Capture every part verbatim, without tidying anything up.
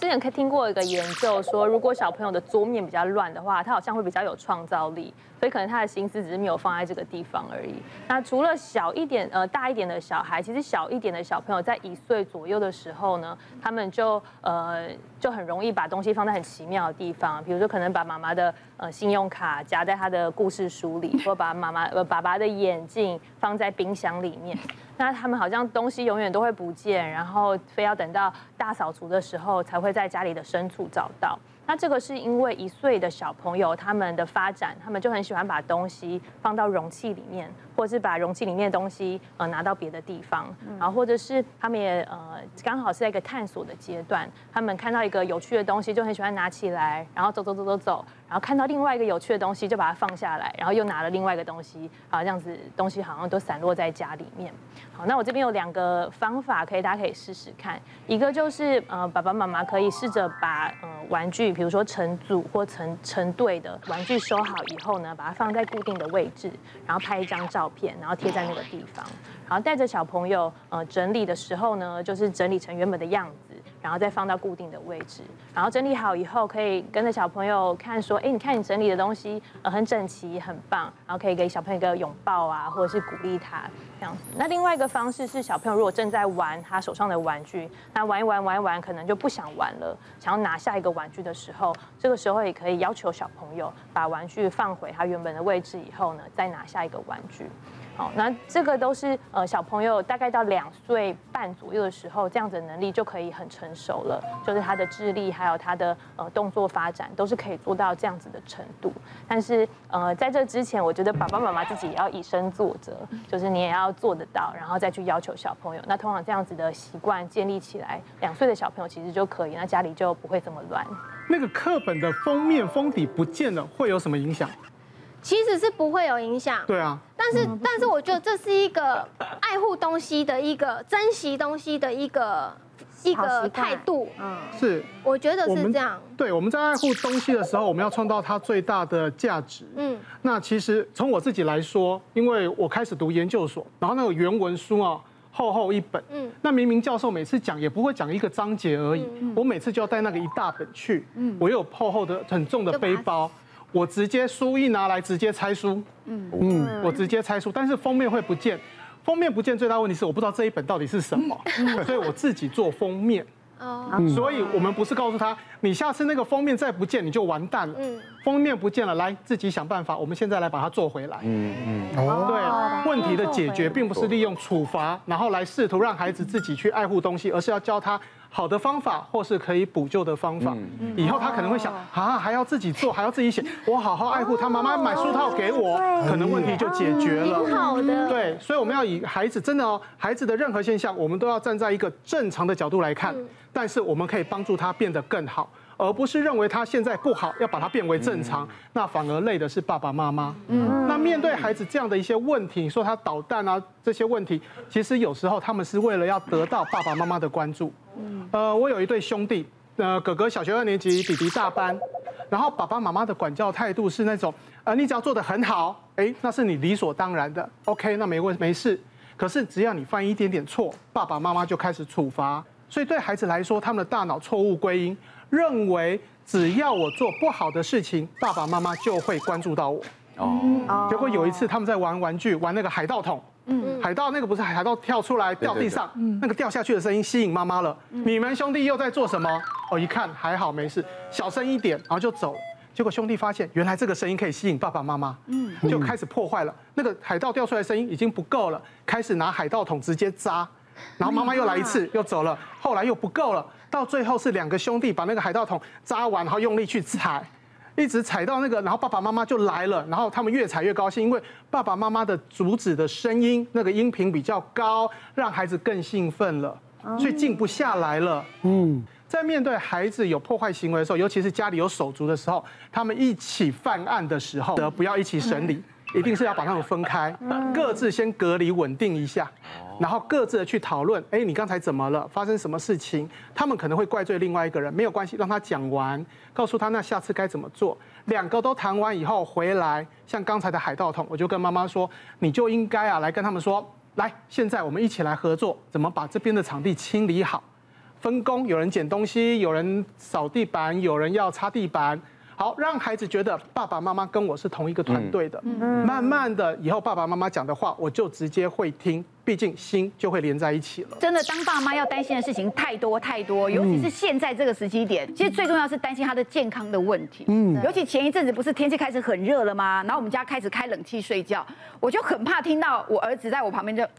前可以听过一个研究说，如果小朋友的桌面比较乱的话，他好像会比较有创造力，所以可能他的心思只是没有放在这个地方而已。那除了小一点呃大一点的小孩，其实小一点的小朋友在一岁左右的时候呢，他们就呃就很容易把东西放在很奇妙的地方，比如说可能把妈妈的呃信用卡夹在他的故事书里，或把妈妈呃爸爸的眼镜放在冰箱里面。那他们好像东西永远都会不见，然后非要等到大扫除的时候才会在家里的深处找到。那这个是因为一岁的小朋友他们的发展，他们就很喜欢把东西放到容器里面，或者是把容器里面的东西呃拿到别的地方，然后或者是他们也呃刚好是在一个探索的阶段，他们看到一个有趣的东西就很喜欢拿起来，然后走走走走走，然后看到另外一个有趣的东西就把它放下来，然后又拿了另外一个东西，啊这样子东西好像都散落在家里面。好，那我这边有两个方法可以大家可以试试看，一个就是呃爸爸妈妈可以试着把呃玩具，比如说成组或成成对的玩具收好以后呢，把它放在固定的位置，然后拍一张照片，然后贴在那个地方，然后带着小朋友呃整理的时候呢，就是整理成原本的样子，然后再放到固定的位置，然后整理好以后，可以跟着小朋友看说，哎，你看你整理的东西呃很整齐，很棒，然后可以给小朋友一个拥抱啊，或者是鼓励他这样子。那另外一个方式是，小朋友如果正在玩他手上的玩具，那玩一玩玩一玩，可能就不想玩了，想要拿下一个玩具的时候，这个时候也可以要求小朋友把玩具放回他原本的位置以后呢，再拿下一个玩具。好，那这个都是呃小朋友大概到两岁半左右的时候，这样子的能力就可以很成熟了，就是他的智力还有他的呃动作发展都是可以做到这样子的程度。但是呃在这之前，我觉得爸爸妈妈自己也要以身作则，就是你也要做得到，然后再去要求小朋友。那通常这样子的习惯建立起来，两岁的小朋友其实就可以，那家里就不会这么乱。 那个课本的封面封底不见了，会有什么影响？ 其实是不会有影响。 对啊。 但是，但是我觉得这是一个爱护东西的一个珍惜东西的一个一个态度。 嗯，是， 我觉得是这样。 对，我们在爱护东西的时候，我们要创造它最大的价值。嗯，那其实从我自己来说，因为我开始读研究所，然后那个原文书啊，厚厚一本。嗯，那明明教授每次讲也不会讲一个章节而已，我每次就要带那个一大本去。嗯，我有厚厚的很重的背包。我直接书一拿来，直接拆书，嗯嗯，我直接拆书，但是封面会不见，封面不见最大问题是我不知道这一本到底是什么，所以我自己做封面。哦，所以我们不是告诉他，你下次那个封面再不见你就完蛋了。嗯，封面不见了，来自己想办法。我们现在来把它做回来。嗯嗯，对，问题的解决并不是利用处罚，然后来试图让孩子自己去爱护东西，而是要教他好的方法，或是可以补救的方法。以后他可能会想啊，还要自己做，还要自己写，我好好爱护他，妈妈买书套给我，可能问题就解决了。 挺好的。 对，所以我们要以孩子真的哦，孩子的任何现象，我们都要站在一个正常的角度来看。但是我们可以帮助他变得更好，而不是认为他现在不好，要把他变为正常，那反而累的是爸爸妈妈。嗯，那面对孩子这样的一些问题，你说他捣蛋啊这些问题，其实有时候他们是为了要得到爸爸妈妈的关注。嗯，呃，我有一对兄弟，呃，哥哥小学二年级，弟弟大班，然后爸爸妈妈的管教态度是那种，呃，你只要做得很好，哎，那是你理所当然的 ，OK， 那没问没事。可是只要你犯一点点错，爸爸妈妈就开始处罚。所以对孩子来说，他们的大脑错误归因，认为只要我做不好的事情，爸爸妈妈就会关注到我。哦。结果有一次他们在玩玩具，玩那个海盗桶。嗯。海盗那个不是海盗跳出来掉地上，那个掉下去的声音吸引妈妈了。你们兄弟又在做什么？哦，一看还好没事，小声一点，然后就走了。结果兄弟发现，原来这个声音可以吸引爸爸妈妈，嗯，就开始破坏了。那个海盗掉出来的声音已经不够了，开始拿海盗桶直接扎。然后妈妈又来一次，又走了，后来又不够了，到最后是两个兄弟把那个海盗桶扎完，然后用力去踩，一直踩到那个，然后爸爸妈妈就来了，然后他们越踩越高兴，因为爸爸妈妈的阻止的声音那个音频比较高，让孩子更兴奋了，所以静不下来了。嗯，在面对孩子有破坏行为的时候，尤其是家里有手足的时候，他们一起犯案的时候，不要一起审理。一定是要把他们分开，各自先隔离稳定一下，然后各自的去讨论。哎，你刚才怎么了？发生什么事情？他们可能会怪罪另外一个人，没有关系，让他讲完，告诉他那下次该怎么做。两个都谈完以后回来，像刚才的海盗桶，我就跟妈妈说，你就应该啊来跟他们说，来，现在我们一起来合作，怎么把这边的场地清理好。 分工，有人捡东西，有人扫地板，有人要擦地板。好，让孩子觉得爸爸妈妈跟我是同一个团队的。嗯，慢慢的，以后爸爸妈妈讲的话，我就直接会听，毕竟心就会连在一起了。 真的，当爸妈要担心的事情太多太多，尤其是现在这个时机点，其实最重要是担心他的健康的问题。嗯，尤其前一阵子不是天气开始很热了吗？然后我们家开始开冷气睡觉，我就很怕听到我儿子在我旁边就。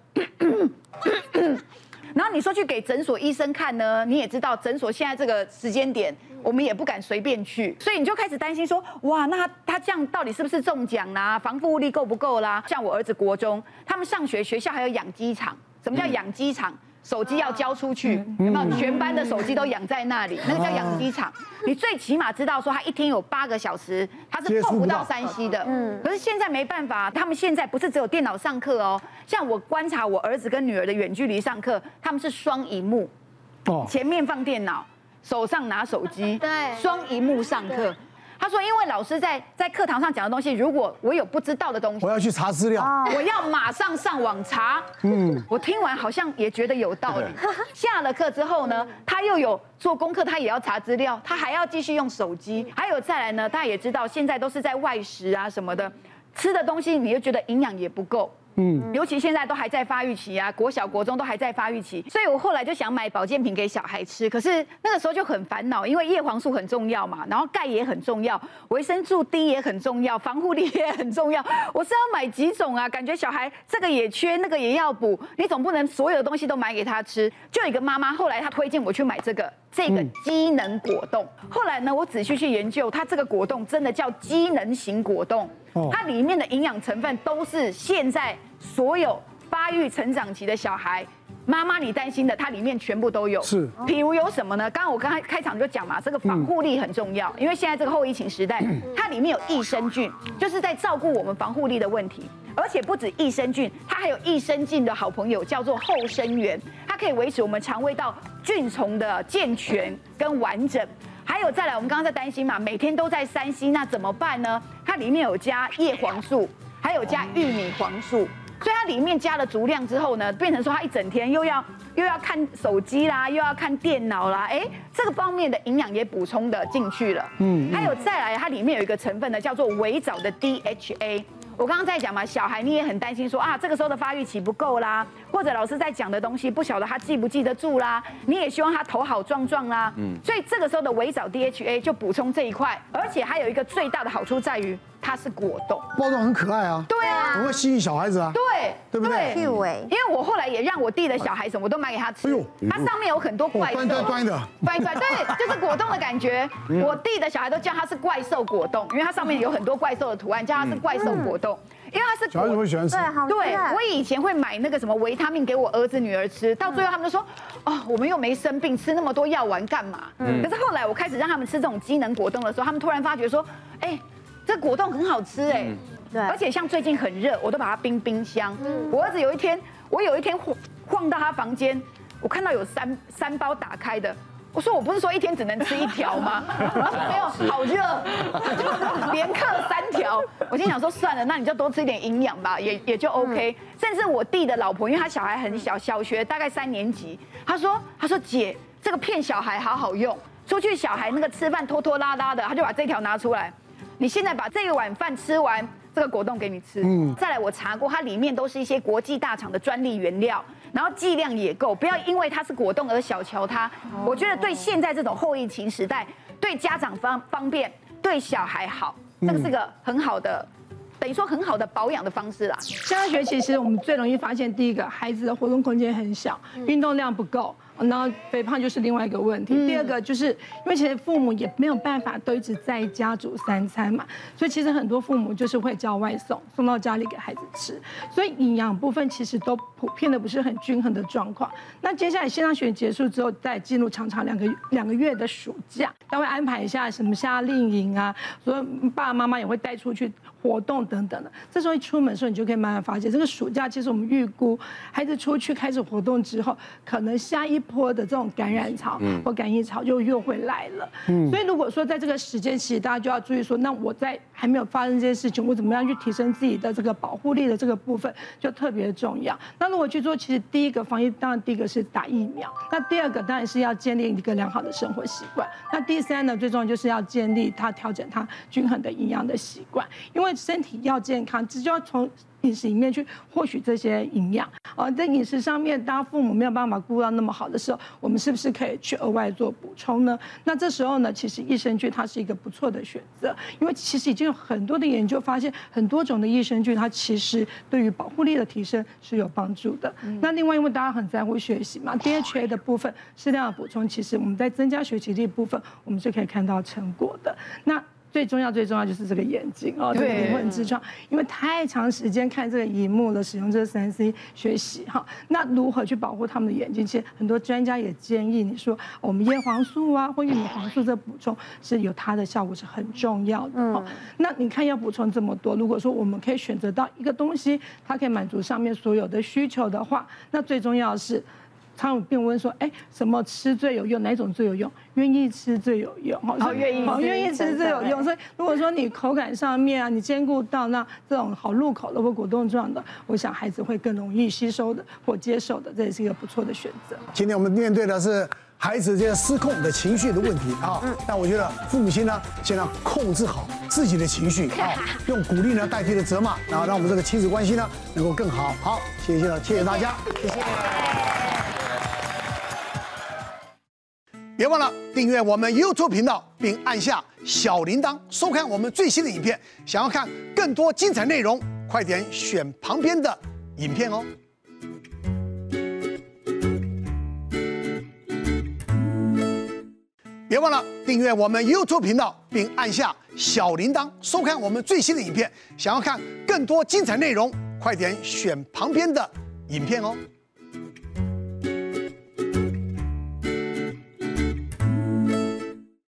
然后你说去给诊所医生看呢，你也知道诊所现在这个时间点，我们也不敢随便去，所以你就开始担心说，哇，那他他这样到底是不是中奖啦？防护力够不够啦？像我儿子国中，他们上学学校还有养鸡场，什么叫养鸡场？手机要交出去，有没有？全班的手机都养在那里，那个叫养鸡场。你最起码知道说他一天有八个小时他是碰不到三 C 的。嗯。可是现在没办法，他们现在不是只有电脑上课哦，像我观察我儿子跟女儿的远距离上课，他们是双萤幕，哦，前面放电脑，手上拿手机， 对， 双萤幕上课。他说：“因为老师在在课堂上讲的东西，如果我有不知道的东西， 我要去查资料， 我要马上上网查。嗯，我听完好像也觉得有道理。下了课之后呢，他又有做功课，他也要查资料，他还要继续用手机。还有再来呢，大家也知道，现在都是在外食啊什么的，吃的东西你就觉得营养也不够。”嗯，尤其现在都还在发育期啊，国小、国中都还在发育期，所以我后来就想买保健品给小孩吃。可是那个时候就很烦恼，因为叶黄素很重要嘛，然后钙也很重要，维生素 D 也很重要，防护力也很重要。我是要买几种啊？感觉小孩这个也缺，那个也要补，你总不能所有的东西都买给他吃。就有一个妈妈后来她推荐我去买这个这个机能果冻。后来呢，我仔细去研究，它这个果冻真的叫机能型果冻。它里面的营养成分都是现在所有发育成长期的小孩，妈妈你担心的，它里面全部都有。 是， 譬如有什么呢？刚刚我刚才开场就讲嘛，这个防护力很重要，因为现在这个后疫情时代，它里面有益生菌，就是在照顾我们防护力的问题。而且不止益生菌，它还有益生菌的好朋友叫做后生元，它可以维持我们肠胃道菌丛的健全跟完整。还有再来，我们刚刚在担心嘛，每天都在三 C， 那怎么办呢？它里面有加叶黄素，还有加玉米黄素，所以它里面加了足量之后呢，变成说它一整天又要又要看手机啦，又要看电脑啦，哎，这个方面的营养也补充的进去了。嗯，还有再来，它里面有一个成分呢，叫做微藻的 D H A。我刚刚在讲嘛，小孩你也很担心说啊，这个时候的发育期不够啦，或者老师在讲的东西不晓得他记不记得住啦，你也希望他头好壮壮啦，嗯，所以这个时候的微藻 D H A 就补充这一块，而且还有一个最大的好处在于它是果冻， 包装很可爱啊， 对啊， 很会吸引小孩子啊， 对， 对不对？ 因为我后来也让我弟的小孩什么都买给他吃，它上面有很多怪兽， 端端端的， 端端，对，就是果冻的感觉。我弟的小孩都叫它是怪兽果冻，因为它上面有很多怪兽的图案，叫它是怪兽果冻。因为它是小孩子会喜欢吃， 对，我以前会买那个什么维他命给我儿子女儿吃，到最后他们就说，哦，我们又没生病，吃那么多药丸干嘛？可是后来我开始让他们吃这种机能果冻的时候，他们突然发觉说，哎，这果冻很好吃哎，对，而且像最近很热，我都把它冰冰箱。我儿子有一天，我有一天晃晃到他房间，我看到有三三包打开的。我说我不是说一天只能吃一条吗？他说没有，好热，就连嗑三条。我心想说算了，那你就多吃一点营养吧，也也就 OK。甚至我弟的老婆，因为他小孩很小，小学大概三年级，他说他说姐，这个骗小孩好好用，出去小孩那个吃饭拖拖拉拉的，他就把这条拿出来，你现在把这一碗饭吃完。这个果冻给你吃，嗯，再来我查过，它里面都是一些国际大厂的专利原料，然后剂量也够，不要因为它是果冻而小瞧它。我觉得对现在这种后疫情时代，对家长方方便，对小孩好，这个是个很好的，等于说很好的保养的方式啦。 下学期其实我们最容易发现，第一个孩子的活动空间很小，运动量不够。然后肥胖就是另外一个问题。第二个就是因为其实父母也没有办法都一直在家煮三餐嘛，所以其实很多父母就是会叫外送，送到家里给孩子吃，所以营养部分其实都普遍的不是很均衡的状况。那接下来线上学结束之后，再进入长长两个两个月的暑假，他会安排一下什么夏令营啊，所以爸爸妈妈也会带出去活动等等的。这时候一出门的时候，你就可以慢慢发现，这个暑假其实我们预估孩子出去开始活动之后，可能下一波的这种感染潮或感疫潮就又会来了。嗯，所以如果说在这个时间期，大家就要注意说，那我在还没有发生这些事情，我怎么样去提升自己的这个保护力的这个部分就特别重要。那那如果去做，其实第一个防疫，当然第一个是打疫苗，那第二个当然是要建立一个良好的生活习惯。那第三呢，最重要就是要建立他调整他均衡的营养的习惯，因为身体要健康，这就要从饮食里面去获取这些营养。呃，在饮食上面，当父母没有办法顾到那么好的时候，我们是不是可以去额外做补充呢？那这时候呢，其实益生菌它是一个不错的选择，因为其实已经有很多的研究发现，很多种的益生菌它其实对于保护力的提升是有帮助的。嗯、那另外，因为大家很在乎学习嘛 ，D H A 的部分适量的补充，其实我们在增加学习力部分，我们是可以看到成果的。那最重要、最重要就是这个眼睛哦，这个灵魂之窗，因为太长时间看这个荧幕了，使用这三 C 学习哈，那如何去保护他们的眼睛？其实很多专家也建议你说，我们叶黄素啊或玉米黄素这补充是有它的效果是很重要的哦。那你看要补充这么多，如果说我们可以选择到一个东西，它可以满足上面所有的需求的话，那最重要的是。常有病问说，哎，什么吃最有用？哪一种最有用？愿意吃最有用， 好，愿意吃， 愿意吃最有用。所以如果说你口感上面啊，你兼顾到那这种好入口的或果冻状的，我想孩子会更容易吸收的或接受的，这也是一个不错的选择。 今天我们面对的是孩子这些失控的情绪的问题啊，但我觉得父母亲呢，先要控制好自己的情绪啊，用鼓励呢代替了责骂，然后让我们这个亲子关系呢能够更好。好，谢谢了，谢谢大家，谢谢。别忘了订阅我们 YouTube 频道，并按下小铃铛，收看我们最新的影片。想要看更多精彩内容，快点选旁边的影片哦。别忘了订阅我们 YouTube 频道，并按下小铃铛，收看我们最新的影片。想要看更多精彩内容，快点选旁边的影片哦。